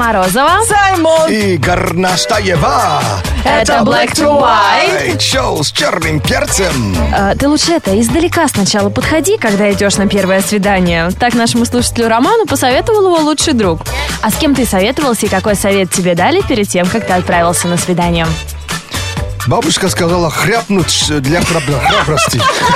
Морозова, Саймон и Горнаштаева. Это Black to White. Шоу с черным перцем. Ты лучше издалека сначала подходи, когда идешь на первое свидание. Так нашему слушателю Роману посоветовал его лучший друг. А с кем ты советовался и какой совет тебе дали перед тем, как ты отправился на свидание? Бабушка сказала хряпнуть для храбрости.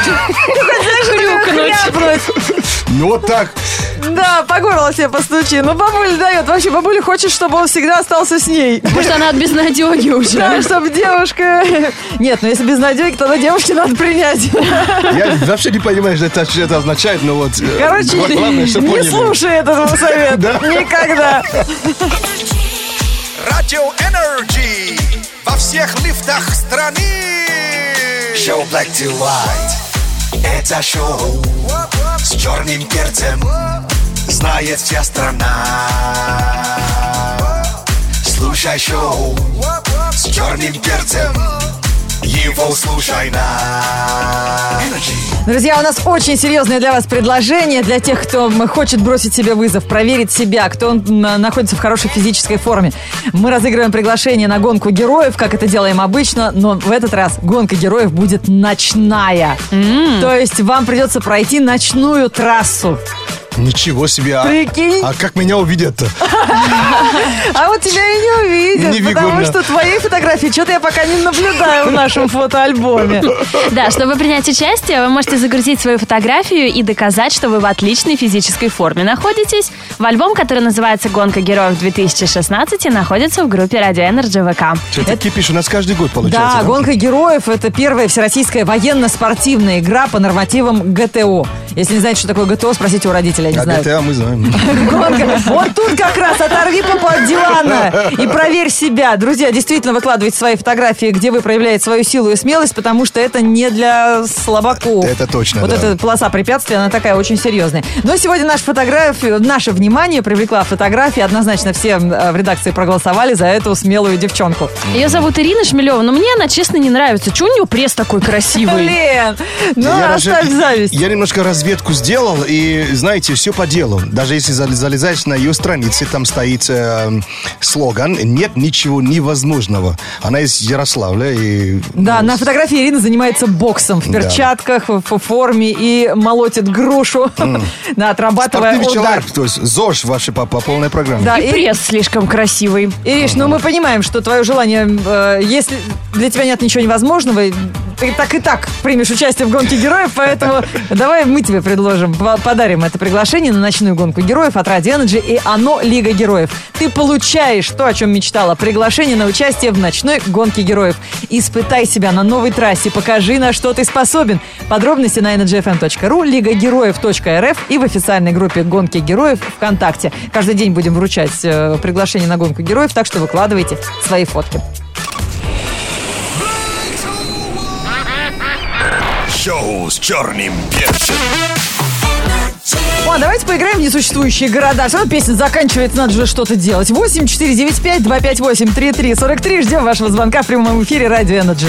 Ну вот так. Да, по горлу себе постучи. Но бабуля дает. Вообще, бабуля хочет, чтобы он всегда остался с ней. Потому что она от безнадеги уже. Да, чтобы девушка... Нет, ну если безнадеги, тогда девушке надо принять. Я вообще не понимаю, что это означает, но вот... Короче, главное, что не поняли. слушай этого совета. Да? Никогда. Радио Energy во всех лифтах страны. Шоу Black to White. Это шоу с черным перцем. Знает вся страна. Слушай шоу с черным перцем. Его слушай на Energy. Друзья, у нас очень серьезное для вас предложение для тех, кто хочет бросить себе вызов, проверить себя, кто находится в хорошей физической форме. Мы разыгрываем приглашение на гонку героев, как это делаем обычно, но в этот раз гонка героев будет ночная. То есть вам придется пройти ночную трассу. Ничего себе. Прикинь. А как меня увидят-то? А вот тебя и не увидят, Невыгодно. потому что твоей фотографии что-то я пока не наблюдаю в нашем фотоальбоме. Да, чтобы принять участие, вы можете загрузить свою фотографию и доказать, что вы в отличной физической форме находитесь. В альбом, который называется «Гонка героев 2016», находится в группе Radio Energy ВК. Что, такие пишут, у нас каждый год получается. Да, «Гонка героев» — это первая всероссийская военно-спортивная игра по нормативам ГТО. Если не знаете, что такое ГТО, спросите у родителей, они А знают. GTA мы знаем. Гонка. Вот тут как раз оторви попу от дивана и проверь себя. Друзья, действительно выкладывайте свои фотографии, где вы проявляете свою силу и смелость, потому что это не для слабаков. Это точно, Вот да. эта полоса препятствий, она такая очень серьезная. Но сегодня наше внимание привлекла фотография. Однозначно все в редакции проголосовали за эту смелую девчонку. Ее зовут Ирина Шмелева, но мне она, честно, не нравится. Чего у нее пресс такой красивый? Блин, ну Я оставь зависть. Я немножко разведку сделал, и, знаете, все по делу. Даже если залезаешь на ее странице, там стоит слоган «Нет ничего невозможного». Она из Ярославля. И, Да, на фотографии Ирина занимается боксом в перчатках, в форме и молотит грушу, да, отрабатывая спортивный удар. человек, то есть ЗОЖ ваша по полной программе. Да, И пресс слишком красивый. Ириш, ну мы понимаем, что твое желание, если для тебя нет ничего невозможного, ты так и так примешь участие в гонке героев, поэтому давай мы тебе предложим, подарим это приглашение на ночную гонку героев от Radio Energy, и оно Лига Героев. Ты получаешь то, о чем мечтала, приглашение на участие в ночной гонке героев. Испытай себя на новой трассе, покажи, на что ты способен. Подробности на energyfm.ru, ligagероев.рф и в официальной группе гонки героев ВКонтакте. Каждый день будем вручать приглашение на гонку героев, так что выкладывайте свои фотки. Шоу с черным перцем. О, давайте поиграем в несуществующие города. Все равно песня заканчивается, надо же что-то делать. 8-495-258-3343. Ждем вашего звонка в прямом эфире Radio Energy.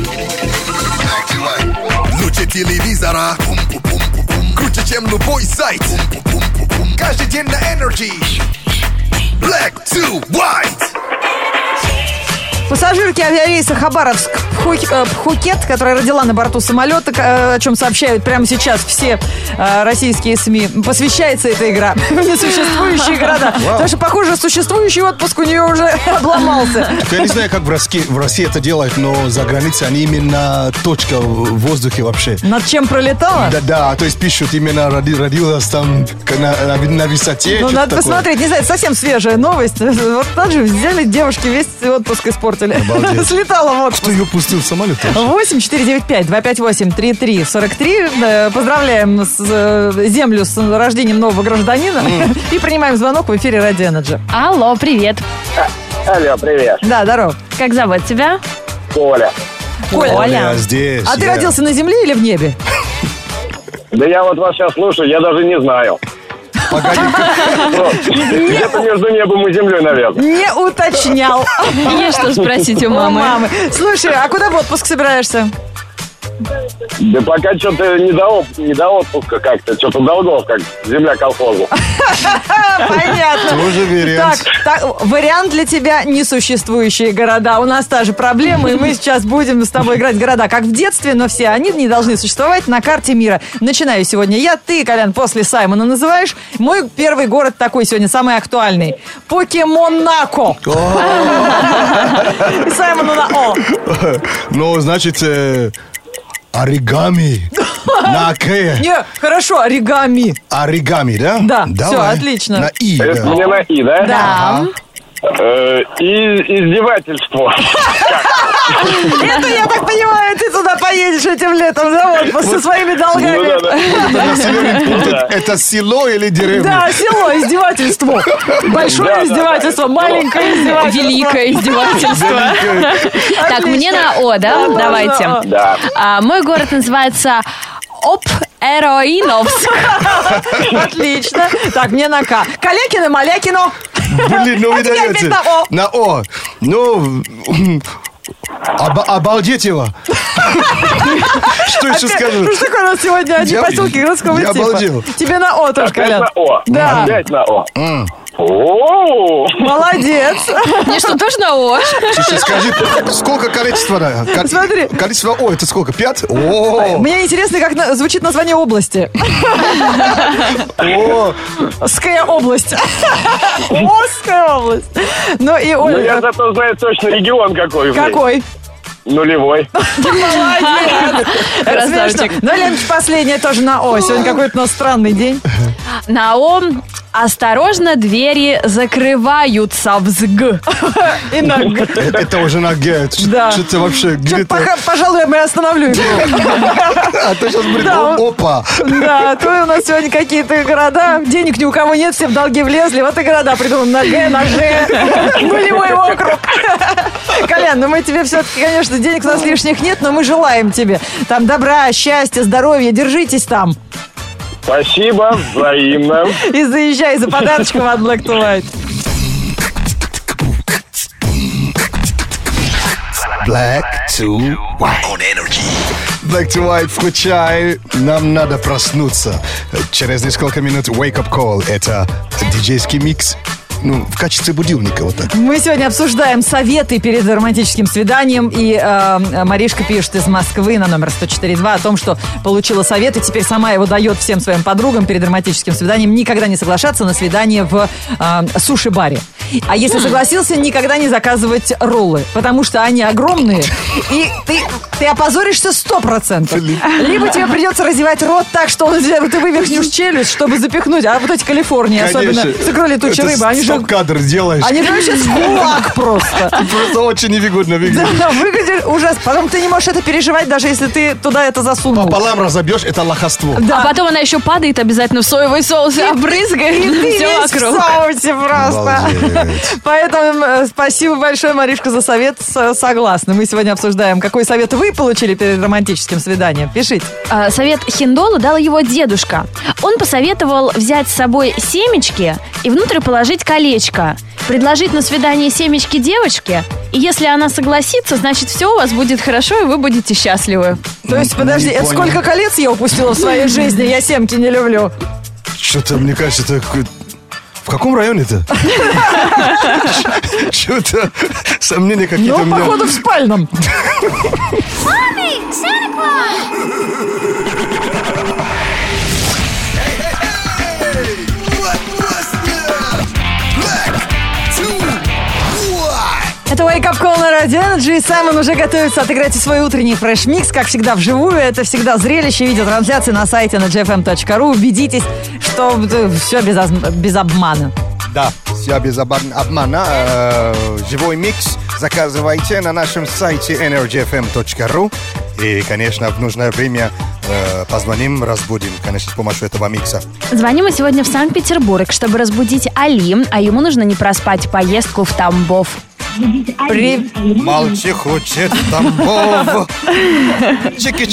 Лучше телевизора. Круче, чем любой сайт. Каждый день на Energy. Black to White. Пассажирки авиарейса Хабаровск-Пхукет, которая родила на борту самолета, о чем сообщают прямо сейчас все российские СМИ, посвящается эта игра в несуществующие города. Потому что, похоже, существующий отпуск у нее уже обломался. Я не знаю, как в России это делают, но за границей они именно точка в воздухе вообще. Над чем пролетала? Да, то есть пишут именно родилась там на высоте. Ну, что-то надо такое. посмотреть, не знаю, это совсем свежая новость. Вот так же взяли девушки, весь отпуск испортили. Обалдеть. Слетала в отпуск. Кто ее пустил в самолет? 8-495-258-3343. Поздравляем Землю с рождением нового гражданина. И принимаем звонок в эфире Radio Energy. Алло, привет. Алло, привет. Да, здорово. Как зовут тебя? Коля. Коля. Здесь. А ты родился на земле или в небе? Да я вот вас сейчас слушаю, я даже не знаю. Погоди, Где-то между небом и землей, наверное. Не уточнял. Есть что спросить у У мамы. мамы. Слушай, а куда в отпуск собираешься? Да пока что-то не до отпуска как-то. Что-то долгов, как земля колхозу. Понятно. Тоже вариант. Так, вариант для тебя несуществующие города. У нас та же проблема, и мы сейчас будем с тобой играть в города, как в детстве, но все они не должны существовать на карте мира. Начинаю сегодня я, ты, Колян, после Саймона называешь. Мой первый город такой сегодня, самый актуальный. Покемонако. Саймону на О. Ну, значит, оригами. На К. Не, хорошо, оригами. Оригами, да? Да, Давай. все, отлично. На И. Это да. мне на И, да? Да. И издевательство. Это, я так понимаю, ты туда поедешь этим летом за отпуск со своими Ну долгами. да. Это село или деревня? Да, село, издевательство. Большое Да, издевательство, маленькое издевательство. Великое издевательство. Так, мне на О, да? Давайте. Да. Мой город называется Оп-Эроиновск. Отлично. Так, мне на К. Калякино, Малякино. Блин, ну А вы теперь даете. опять на О. На О. Ну, обалдеть его. Что еще скажу? Ну что такое у нас сегодня одни Я- поселки городского я типа? обалдел. Тебе на О тоже, Опять Колян. на О. Да. Опять на О. О. Молодец. Мне что, тоже на О? Слушай, скажи, сколько количество? Смотри. Количество О, это сколько? 5? О, Мне интересно, как звучит название области. о. Ская область. Оская область. Ну и Ну, я Ольга. зато знаю точно регион какой. блин. Какой? Нулевой. Молодец. Красавчик. Ну, Леночка, последняя тоже на О. Сегодня какой-то у нас странный день. На О. Осторожно, двери закрываются. Взг. И на Г. Это уже на Г. Да. Что-то вообще Чё, где-то... Пожалуй, я остановлю его. А то сейчас будет Да. опа. Да, то у нас сегодня какие-то города. Денег ни у кого нет, все в долги влезли. Вот и города придуманы на Г, на Ж. Нулевой округ. Колян, ну мы тебе все-таки, конечно, денег у нас лишних нет, но мы желаем тебе там добра, счастья, здоровья. Держитесь там. Спасибо, взаимно. И заезжай за подарочком от Black to White. Black to white. On Energy. Black to white, включай. Нам надо проснуться. Через несколько минут Wake Up Call. Это диджейский микс. Ну, в качестве будильника вот так. Мы сегодня обсуждаем советы перед романтическим свиданием. И Маришка пишет из Москвы на номер 104.2 о том, что получила совет и теперь сама его дает всем своим подругам перед романтическим свиданием. Никогда не соглашаться на свидание в суши-баре. А если согласился, никогда не заказывать роллы, потому что они огромные, и ты опозоришься 100%. Либо тебе придется разевать рот так, что ты вывихнешь челюсть, чтобы запихнуть. А вот эти Калифорнии, особенно с икрой летучей рыбы, они же... Стоп-кадр делаешь. Они вообще с кулак просто. Просто очень невыгодно выглядит. Да, выглядишь ужасно. Потом ты не можешь это переживать, даже если ты туда это засунул. Пополам разобьешь, это лохоство. Да. А потом она еще падает обязательно в соевый соус и обрызгает Ты все весь в вокруг. соусе просто. Обалдеть. Поэтому спасибо большое, Маришка, за совет. Согласна. Мы сегодня обсуждаем, какой совет вы получили перед романтическим свиданием. Пишите. Совет Хиндолу дал его дедушка. Он посоветовал взять с собой семечки и внутрь положить колечко. Предложить на свидание семечки девочке. И если она согласится, значит, все у вас будет хорошо, и вы будете счастливы. То есть, подожди, это понял. сколько колец я упустила в своей жизни? Я семки не люблю. Что-то, мне кажется, это... В каком районе-то? Что-то сомнения какие-то Ну, у меня. походу, в спальном. Black to white. Это Wake Up Call на Радио Energy. И Саймон уже готовится отыграть и свой утренний фреш-микс. Как всегда, вживую. Это всегда зрелище. Видеотрансляции на сайте на gfm.ru. Убедитесь, что все без обмана. Да, все без обмана. Живой микс заказывайте на нашем сайте energyfm.ru. И, конечно, в нужное время позвоним, разбудим, конечно, с помощью этого микса. Звоним мы сегодня в Санкт-Петербург, чтобы разбудить Али, а ему нужно не проспать поездку в Тамбов. Молчи, хочет Тамбов.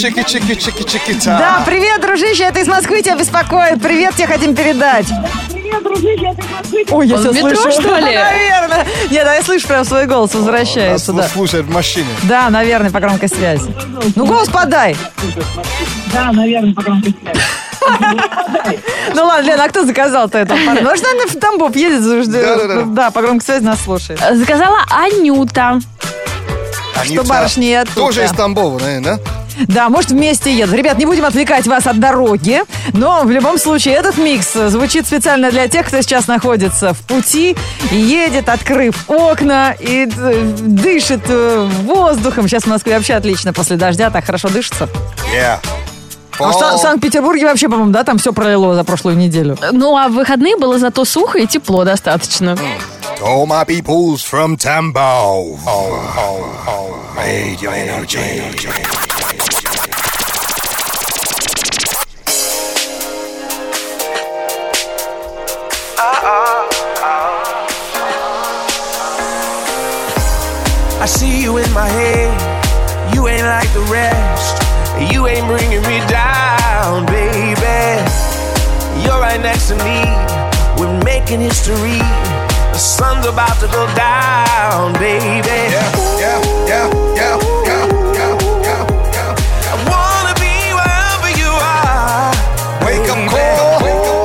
Чики-чики-чики-чики-чики-та. Да, привет, дружище, это из Москвы тебя беспокоит. Привет тебе хотим передать. Ой, я Он все в метро, слышу. что ли? Наверное. Нет, да, я слышу, прям свой голос возвращается. Нас Да. слушает в машине. Да, наверное, по громкой связи. Ну, голос подай. Ну ладно, Лена, а кто заказал-то это? Может, наверное, в Тамбов едет, да, по громкой связи нас слушает. Заказала Анюта. Они барышни и оттуда. тоже из Тамбова, наверное, да? Да, может, вместе едут. Ребят, не будем отвлекать вас от дороги, но в любом случае этот микс звучит специально для тех, кто сейчас находится в пути и едет, открыв окна и дышит воздухом. Сейчас в Москве вообще отлично после дождя, так хорошо дышится. Yeah. А в Санкт-Петербурге вообще, по-моему, да, там все пролило за прошлую неделю. Ну, а в выходные было зато сухо и тепло достаточно. All my peoples from Tambo. Radio Energy. I see you in my head. You ain't like the rest. You ain't bringing me down, baby. You're right next to me. We're making history. The sun's about to go down, baby. I wanna be wherever you are. Wake up call.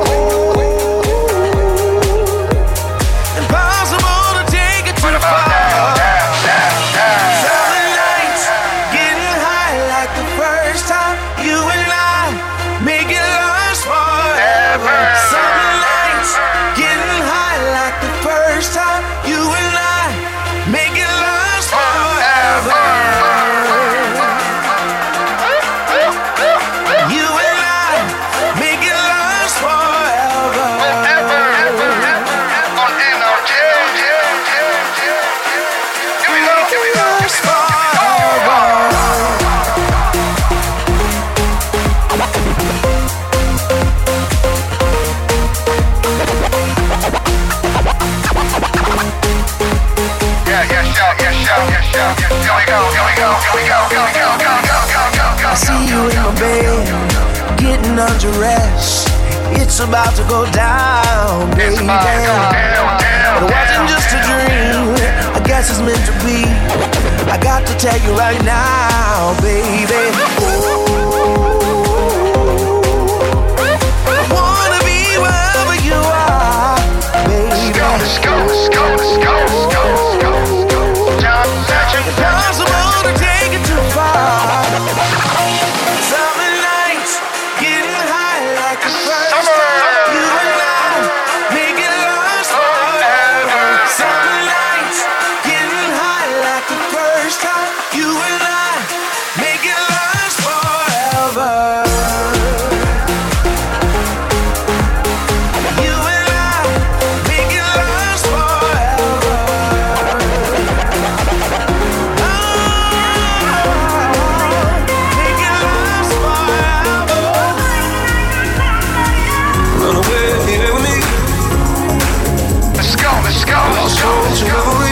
Impossible to take it too far. Summer nights, getting high like the first time. You and I make it last forever. Summer nights, getting high like the first time. You and I make it last forever. You and I make it last forever. Last I see you in my bed, getting undressed. It's about to go down, baby. But it wasn't just a dream. I guess it's meant to be. I got to tell you right now, baby. I wanna be wherever you are, baby. Impossible to take it too far. Summer nights, getting high like the first time. You and I make it last forever. Summer nights, getting high like the first time. You and I make it last forever. You and I make it last forever. Make it last forever. Run away with me. Let's go. Show chivalry.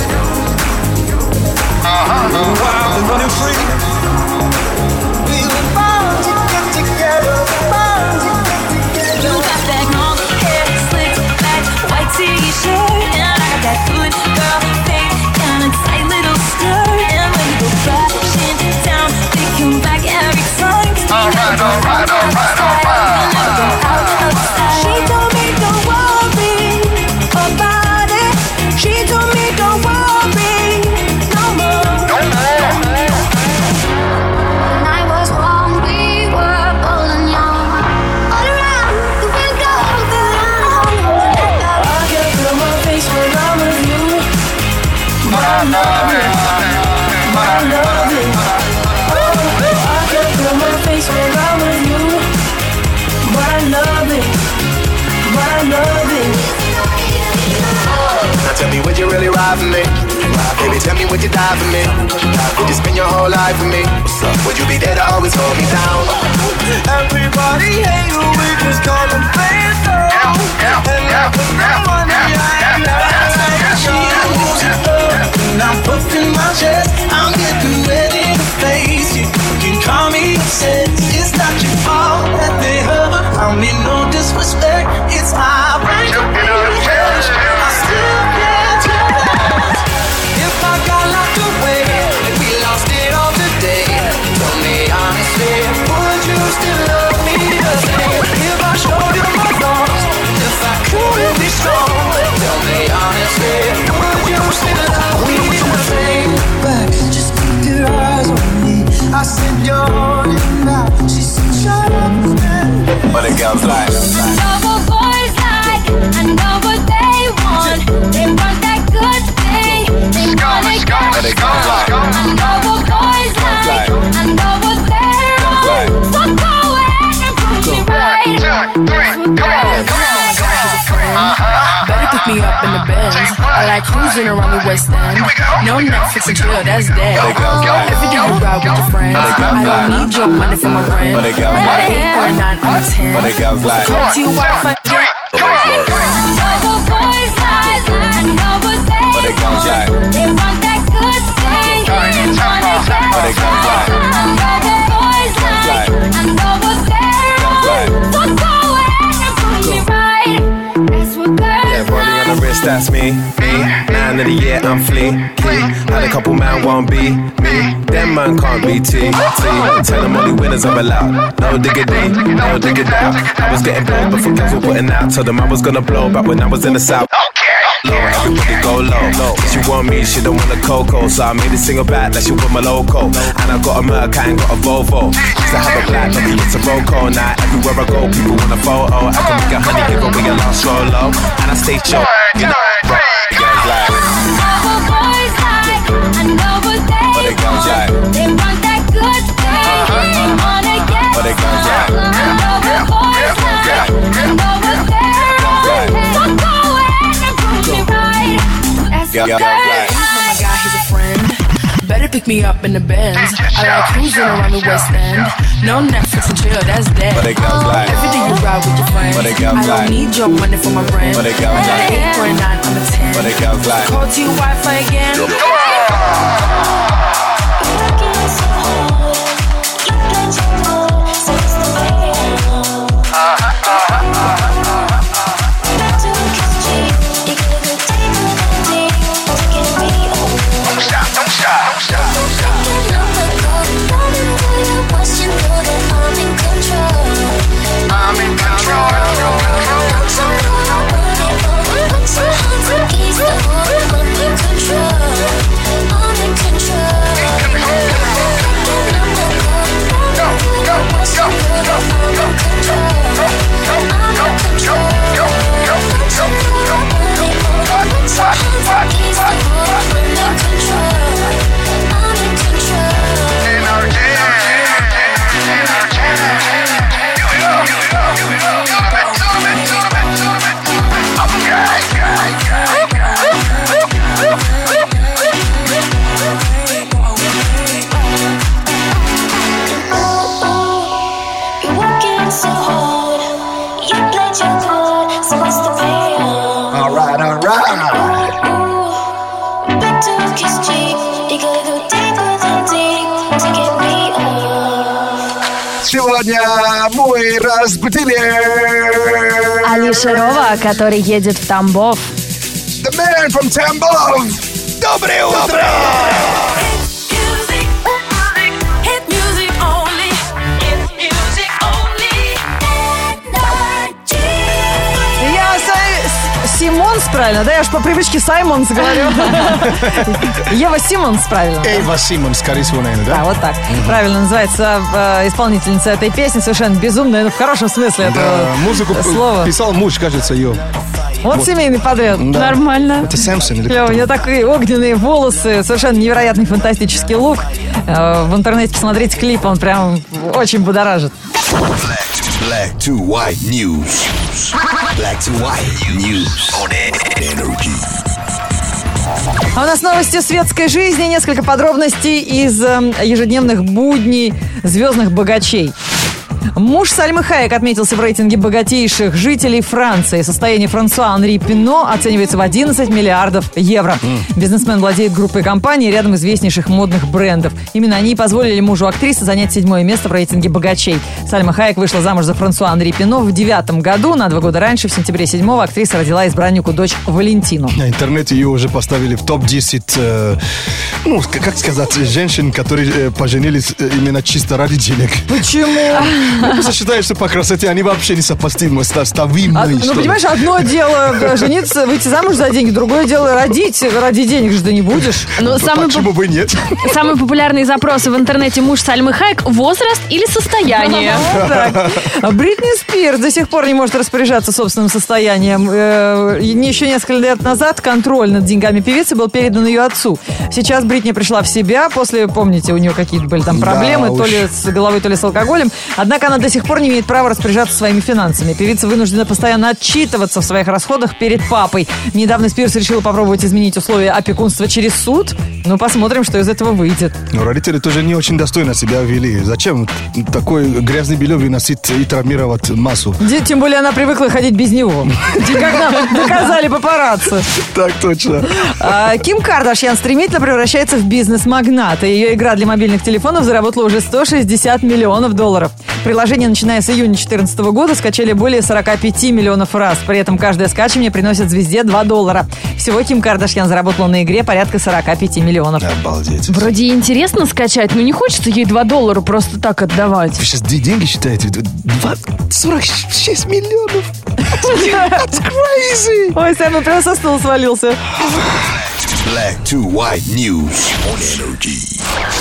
Running wild and running free. We were born to get together. Born to get together. You got that long hair, slicked back, white t-shirt, and I got that good girl face, and a tight little skirt. And when you go crashing down, they come back every time. All right. Never go out of sight. She told me don't worry about it. She told me don't worry no more. When I was wrong, we were bold and young. All around the window, I can feel my face when I'm with you. My loving. I can feel my face when I'm with you. My loving. Now tell me, would you really ride for me? Baby, tell me, would you die for me? Would you spend your whole life for me? Would you be there to always hold me down? Everybody hate who we just call them fans, though. And I put the money like she moves it up. And I'm puffing my chest. I'm getting ready to face you. You can call me upset. It's not your fault that they hurt. I mean no disrespect. It's my right. strong. Tell me honestly, would you still love me? Back, just keep your eyes on me. I said you're holding back. She said shut up, man. But it goes like. I know what boys like, I know what they want. They want that good thing, they want it good. But it goes like. I know what boys like, I know what they're on. So go ahead and prove me right. Better pick me up in the Benz. I like cruising around the West End. No Netflix and chill, that's dead. Every day you ride with your friends. I don't need your money for my rent. But it goes I like. got 8 or 9 on 10. But it goes like. Come to you, Wi-Fi. I know what boys like, I know what they But it goes like. want. They want that good thing, they want it good. But it goes like. I know what boys like, I know what they're on. So go ahead and prove me right. That's what girls Yeah, rolling on the wrist, that's me. 9 of the year, I'm fleeky. Had a couple man won't be me. Them man can't be T. Tell them only winners I'm allowed. No diggity, no diggity out. I was getting blown before girls were putting out. Told them I was gonna blow back when I was in the south. Low, everybody go low. She want me, she don't want a cocoa. So I made a single back like she want my loco. And I got a Merc, I ain't got a Volvo. Cause I have a black, lucky it's a Roco. Now everywhere I go, people want a photo. I can make a honey, give away a lost solo. And I stay chill, you know, right. Guys like. I know what boys like, I know what they But it goes like. want. They want that good thing, they want it get. But it goes like. I know what boys like, I know what they're on. So go ahead and prove me right. That's what Yeah, girls yeah. Oh my God, he's a friend. Better pick me up in the Benz. I like cruising around the West End. No Netflix and chill, that's dead. But it goes like. Every day you ride with your friends. But it goes I don't like. need your money for my rent. But it goes I got like. 8 or 9 on the 10. But it goes like. Call to you Wi-Fi again. Сегодня мы разбудили Али Шарова, который едет в Тамбов. The man from Tambov. Доброе утро! Hit music only. Hit music only. Я Симонс, правильно? Да, я ж по привычке Саймонс говорю. Ева Симонс, правильно? Эйва Симон, скорее всего, наверное, Да, да? вот так. Правильно называется исполнительница этой песни. Совершенно безумная, но в хорошем смысле Да, этого музыку слова. писал муж, кажется, ее. Вот семейный подряд. Да. Нормально. Это Сэмпсон или Клево, у кто? нее такие огненные волосы, совершенно невероятный фантастический лук. В интернете посмотреть клип, он прям очень будоражит. Black to white news. Black to white news on Energy. А у нас новости светской жизни, несколько подробностей из ежедневных будней звездных богачей. Муж Сальмы Хайек отметился в рейтинге богатейших жителей Франции. Состояние Франсуа Анри Пино оценивается в 11 миллиардов евро. Бизнесмен владеет группой компаний рядом известнейших модных брендов. Именно они позволили мужу актрисы занять 7-е место в рейтинге богачей. Сальма Хайек вышла замуж за Франсуа Анри Пино в 2009 году. На 2 года раньше, в сентябре 7-го, актриса родила избраннику дочь Валентину. На интернете ее уже поставили в топ-10, как сказать, женщин, которые поженились именно чисто ради денег. Почему? Я просто считаю, что по красоте они вообще несопоставимы, ставимые. Ну, понимаешь, одно дело жениться, выйти замуж за деньги, другое дело родить. Ради денег же ты не будешь. Ну, Почему бы и нет? Самые популярные запросы в интернете: муж Сальмы Хайек, возраст или состояние. Вот так. Бритни Спирс до сих пор не может распоряжаться собственным состоянием. Еще несколько лет назад контроль над деньгами певицы был передан ее отцу. Сейчас Бритни пришла в себя после, помните, у нее какие-то были там проблемы, Да, то ли с головой, то ли с алкоголем. Однако она до сих пор не имеет права распоряжаться своими финансами. Певица вынуждена постоянно отчитываться в своих расходах перед папой. Недавно Спирс решила попробовать изменить условия опекунства через суд. Ну, посмотрим, что из этого выйдет. Но родители тоже не очень достойно себя вели. Зачем такой грязный белье носить и травмировать массу? Тем более она привыкла ходить без него. Как нам доказали папарацци. Так точно. Ким Кардашьян стремительно превращается в бизнес-магната. Ее игра для мобильных телефонов заработала уже $160 миллионов. Приложение, начиная с июня 2014 года, скачали более 45 миллионов раз. При этом каждое скачивание приносит звезде $2. Всего Ким Кардашьян заработала на игре порядка 45 миллионов. Обалдеть. Вроде интересно скачать, но не хочется ей $2 просто так отдавать. Вы сейчас деньги считаете? 46 миллионов. That's crazy. Ой, Сэм прямо со стула свалился. Black to white news on Energy.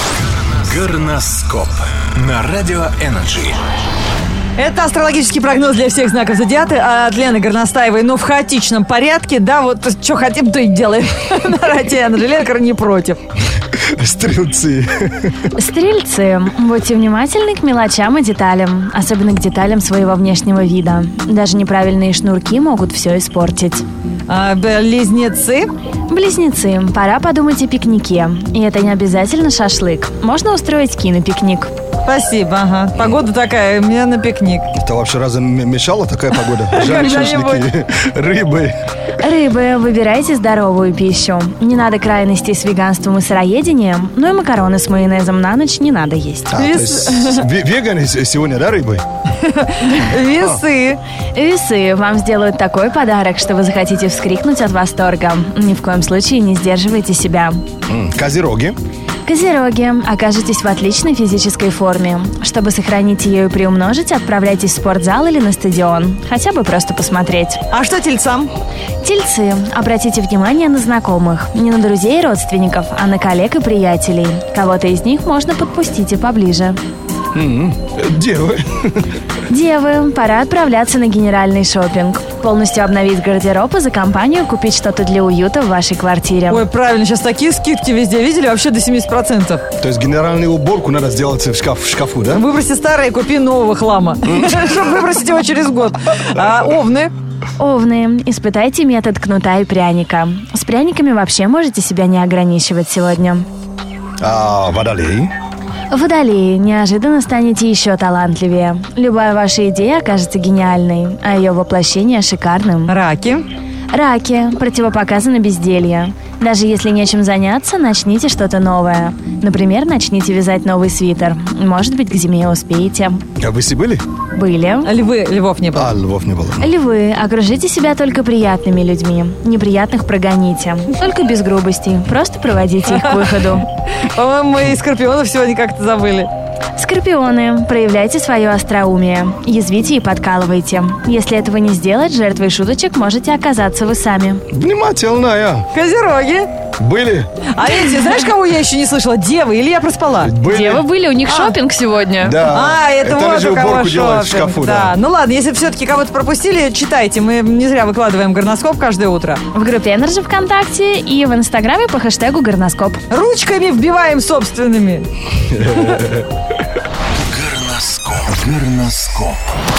Горноскоп на Радио Energy. Это астрологический прогноз для всех знаков зодиака от Лены Горностаевой, но в хаотичном порядке. Да, вот что хотим, то и делаем. На Радио Energy. Ленка не против. Стрельцы. Стрельцы, будьте внимательны к мелочам и деталям, особенно к деталям своего внешнего вида. Даже неправильные шнурки могут все испортить. Близнецы? Близнецы, пора подумать о пикнике. И это не обязательно шашлык. Можно устроить кинопикник. Спасибо, ага. Погода такая, мне на пикник. Это вообще разве мешала такая погода? Жарить Когда-нибудь. шашлыки, рыбы. Рыбы, выбирайте здоровую пищу. Не надо крайностей с веганством и сыроедением, но и макароны с майонезом на ночь не надо есть. То есть веганы сегодня, да, рыбы? Весы. Весы вам сделают такой подарок, что вы захотите вскрикнуть от восторга. Ни в коем случае не сдерживайте себя. Козероги. Козероги, окажетесь в отличной физической форме. Чтобы сохранить ее и приумножить, отправляйтесь в спортзал или на стадион. Хотя бы просто посмотреть. А что тельцам? Тельцы, обратите внимание на знакомых. Не на друзей и родственников, а на коллег и приятелей. Кого-то из них можно подпустить и поближе. Девы. Девы, пора отправляться на генеральный шопинг. Полностью обновить гардероб и за компанию купить что-то для уюта в вашей квартире. Ой, правильно, сейчас такие скидки везде. Видели? Вообще до 70%. То есть генеральную уборку надо сделать в шкафу, да? Выброси старое и купи нового хлама. Чтобы выбросить его через год. Овны? Овны, испытайте метод кнута и пряника. С пряниками вообще можете себя не ограничивать сегодня. Водолей. Водолеи, неожиданно станете еще талантливее. Любая ваша идея окажется гениальной, а ее воплощение шикарным. Раки. Раки, противопоказано безделье. Даже если нечем заняться, начните что-то новое. Например, начните вязать новый свитер. Может быть, к зиме успеете. А вы все были? Были. Львов не было. Львов не было. Львы, окружите себя только приятными людьми. Неприятных прогоните. Только без грубостей. Просто проводите их к выходу. По-моему, мы и скорпионов сегодня как-то забыли. Скорпионы, проявляйте свое остроумие. Язвите и подкалывайте. Если этого не сделать, жертвой шуточек можете оказаться вы сами. Внимательная. Козероги. Были. А эти, знаешь, кого я еще не слышала? Девы, или я проспала? Были. Девы были, у них шопинг сегодня. Да. Это вот же у кого уборку делают в шопинг. шкафу, Да. да. Ну ладно, если все-таки кого-то пропустили, читайте. Мы не зря выкладываем горноскоп каждое утро. В группе Energy ВКонтакте и в Инстаграме по хэштегу Горноскоп. Ручками вбиваем собственными. Горноскоп.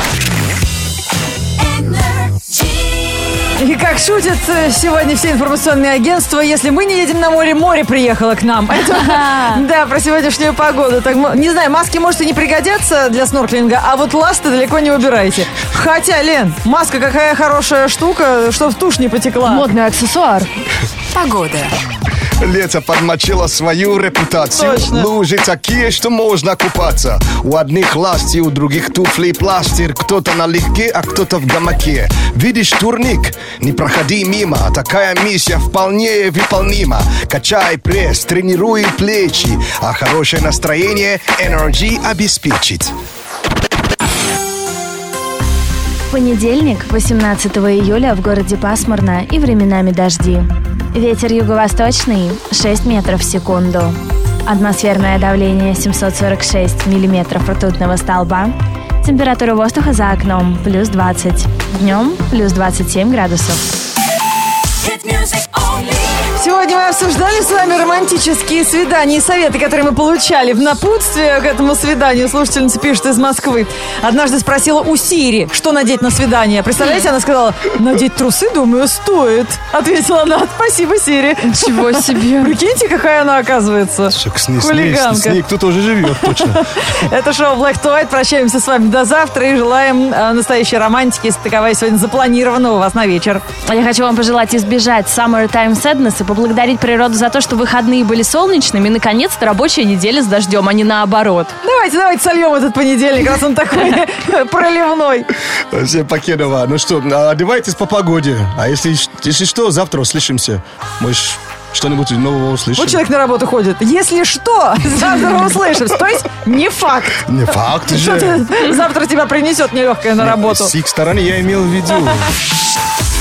И как шутят сегодня все информационные агентства, если мы не едем на море, море приехало к нам. Это, да, про сегодняшнюю погоду. Так, не знаю, маски, может, и не пригодятся для снорклинга, а вот ласты далеко не убирайте. Хотя, Лен, маска какая хорошая штука, что в тушь не потекла. Модный аксессуар. Погода. Лето подмочило свою репутацию. Точно. Лужи такие, что можно купаться. У одних ласти, у других туфли и пластырь. Кто-то налегке, а кто-то в гамаке. Видишь турник? Не проходи мимо. Такая миссия вполне выполнима. Качай пресс, тренируй плечи. А хорошее настроение Energy обеспечит. Понедельник, 18 июля, в городе пасмурно и временами дожди. Ветер юго-восточный 6 метров в секунду. Атмосферное давление 746 миллиметров ртутного столба. Температура воздуха за окном плюс 20. Днем плюс 27 градусов. Сегодня мы обсуждали с вами романтические свидания и советы, которые мы получали в напутствие к этому свиданию. Слушательница пишет из Москвы. Однажды спросила у Сири, что надеть на свидание. Представляете, она сказала: надеть трусы, думаю, стоит. Ответила она: спасибо, Сири. Ничего себе. Прикиньте, какая она оказывается. Хулиганка. С ней кто-то уже живет, точно. Это шоу Black to White. Прощаемся с вами до завтра и желаем настоящей романтики, если таковая сегодня запланирована у вас на вечер. Я хочу вам пожелать избежать summertime sadness и поблагодарить природу за то, что выходные были солнечными и, наконец-то, рабочая неделя с дождем, а не наоборот. Давайте сольем этот понедельник, раз он такой проливной. Всем покедова. Ну что, одевайтесь по погоде. А если что, завтра услышимся. Может, что-нибудь нового услышим. Вот человек на работу ходит. Если что, завтра услышимся. То есть не факт. Не факт же. Что-то завтра тебя принесет нелегкое на работу. С их стороны я имел в виду.